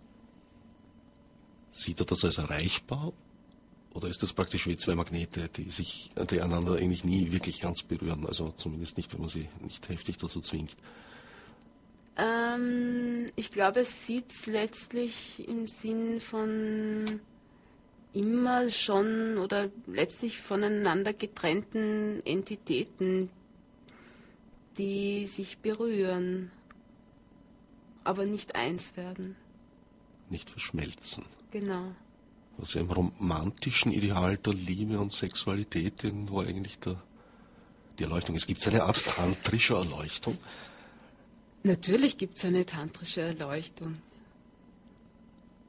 Sieht er das als erreichbar? Oder ist das praktisch wie 2 Magnete, die einander eigentlich nie wirklich ganz berühren? Also zumindest nicht, wenn man sie nicht heftig dazu zwingt. Ich glaube, es sieht es letztlich im Sinn von immer schon oder letztlich voneinander getrennten Entitäten, die sich berühren, aber nicht eins werden. Nicht verschmelzen. Genau. Was ja im romantischen Ideal der Liebe und Sexualität irgendwo eigentlich die Erleuchtung ist. Gibt es eine Art tantrischer Erleuchtung? Natürlich gibt es eine tantrische Erleuchtung.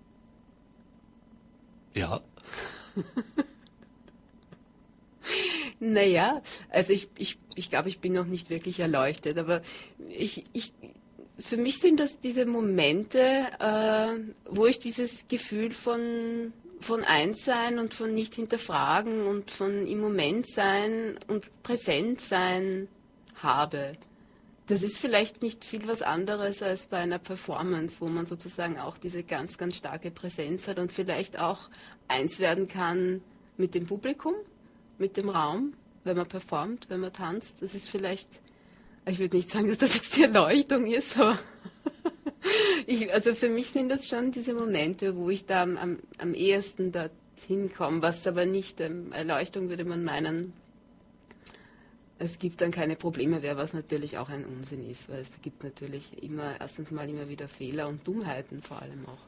Ja. Naja, also ich glaube, ich bin noch nicht wirklich erleuchtet, aber für mich sind das diese Momente, wo ich dieses Gefühl von Einssein und von nicht hinterfragen und von im Moment sein und präsent sein habe. Das ist vielleicht nicht viel was anderes als bei einer Performance, wo man sozusagen auch diese ganz, ganz starke Präsenz hat und vielleicht auch eins werden kann mit dem Publikum, mit dem Raum, wenn man performt, wenn man tanzt. Das ist vielleicht, ich würde nicht sagen, dass das jetzt die Erleuchtung ist, aber also für mich sind das schon diese Momente, wo ich da am ehesten dorthin komme, was aber nicht, Erleuchtung würde man meinen, es gibt dann keine Probleme mehr, was natürlich auch ein Unsinn ist, weil es gibt natürlich erstens mal immer wieder Fehler und Dummheiten vor allem auch.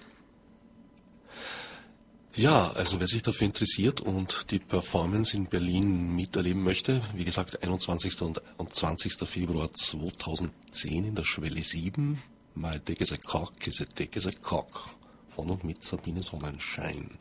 Ja, also wer sich dafür interessiert und die Performance in Berlin miterleben möchte, wie gesagt, 21. und 20. Februar 2010 in der Schwelle 7, My Dick is a Cock is a Dick is a Cock, von und mit Sabine Sonnenschein.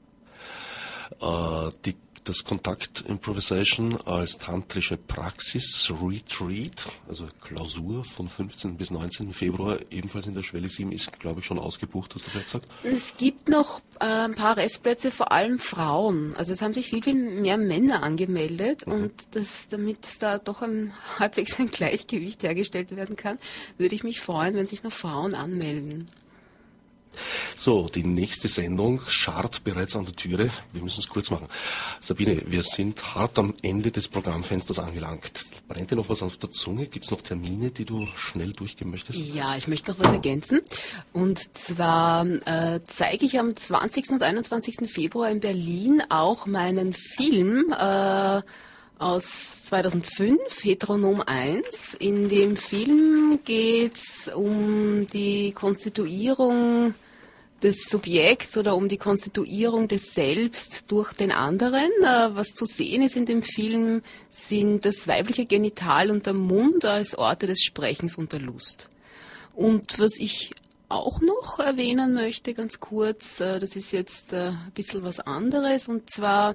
Das Kontakt Improvisation als tantrische Praxis Retreat, also Klausur von 15. bis 19. Februar, ebenfalls in der Schwelle 7, ist, glaube ich, schon ausgebucht, hast du ja gesagt? Es gibt noch ein paar Restplätze, vor allem Frauen. Also es haben sich viel, viel mehr Männer angemeldet und damit da doch halbwegs ein Gleichgewicht hergestellt werden kann, würde ich mich freuen, wenn sich noch Frauen anmelden. So, die nächste Sendung scharrt bereits an der Türe. Wir müssen es kurz machen. Sabine, wir sind hart am Ende des Programmfensters angelangt. Brennt dir noch was auf der Zunge? Gibt es noch Termine, die du schnell durchgehen möchtest? Ja, ich möchte noch was ergänzen. Und zwar zeige ich am 20. und 21. Februar in Berlin auch meinen Film aus 2005, Heteronom 1. In dem Film geht es um die Konstituierung des Subjekts oder um die Konstituierung des Selbst durch den anderen. Was zu sehen ist in dem Film, sind das weibliche Genital und der Mund als Orte des Sprechens und der Lust. Und was ich auch noch erwähnen möchte, ganz kurz, das ist jetzt ein bisschen was anderes, und zwar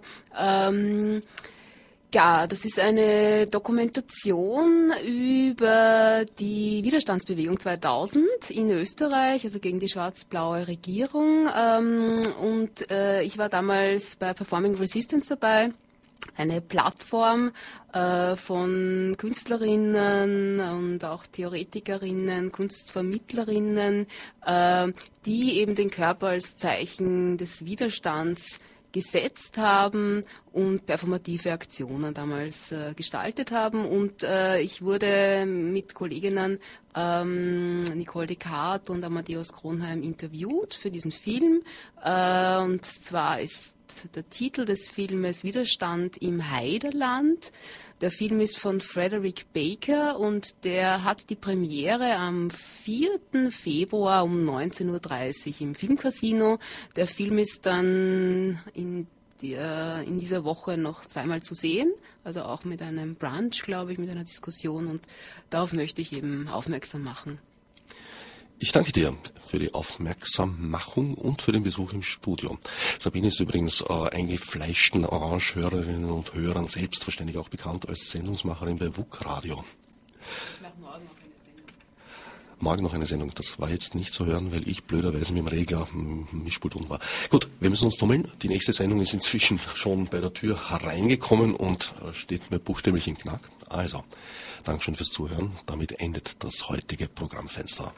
ja, das ist eine Dokumentation über die Widerstandsbewegung 2000 in Österreich, also gegen die schwarz-blaue Regierung. Ich war damals bei Performing Resistance dabei, eine Plattform von Künstlerinnen und auch Theoretikerinnen, Kunstvermittlerinnen, die eben den Körper als Zeichen des Widerstands gesetzt haben und performative Aktionen damals gestaltet haben. Und ich wurde mit Kolleginnen Nicole Descartes und Amadeus Kronheim interviewt für diesen Film. Und zwar ist der Titel des Filmes Widerstand im Heiderland. Der Film ist von Frederick Baker und der hat die Premiere am 4. Februar um 19.30 Uhr im Filmcasino. Der Film ist dann in dieser Woche noch zweimal zu sehen, also auch mit einem Brunch, glaube ich, mit einer Diskussion, und darauf möchte ich eben aufmerksam machen. Ich danke dir für die Aufmerksammachung und für den Besuch im Studio. Sabine ist übrigens eingefleischten Orange-Hörerinnen und Hörern selbstverständlich auch bekannt als Sendungsmacherin bei WUK Radio. Ich mache morgen noch eine Sendung. Morgen noch eine Sendung. Das war jetzt nicht zu hören, weil ich blöderweise mit dem Regler Mischpult unten war. Gut, wir müssen uns tummeln. Die nächste Sendung ist inzwischen schon bei der Tür hereingekommen und steht mir buchstäblich im Knack. Also, Dankeschön fürs Zuhören. Damit endet das heutige Programmfenster.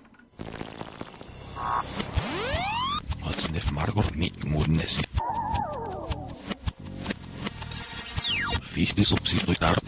Odsnev Margorni Murnesi. Fichti subsidiar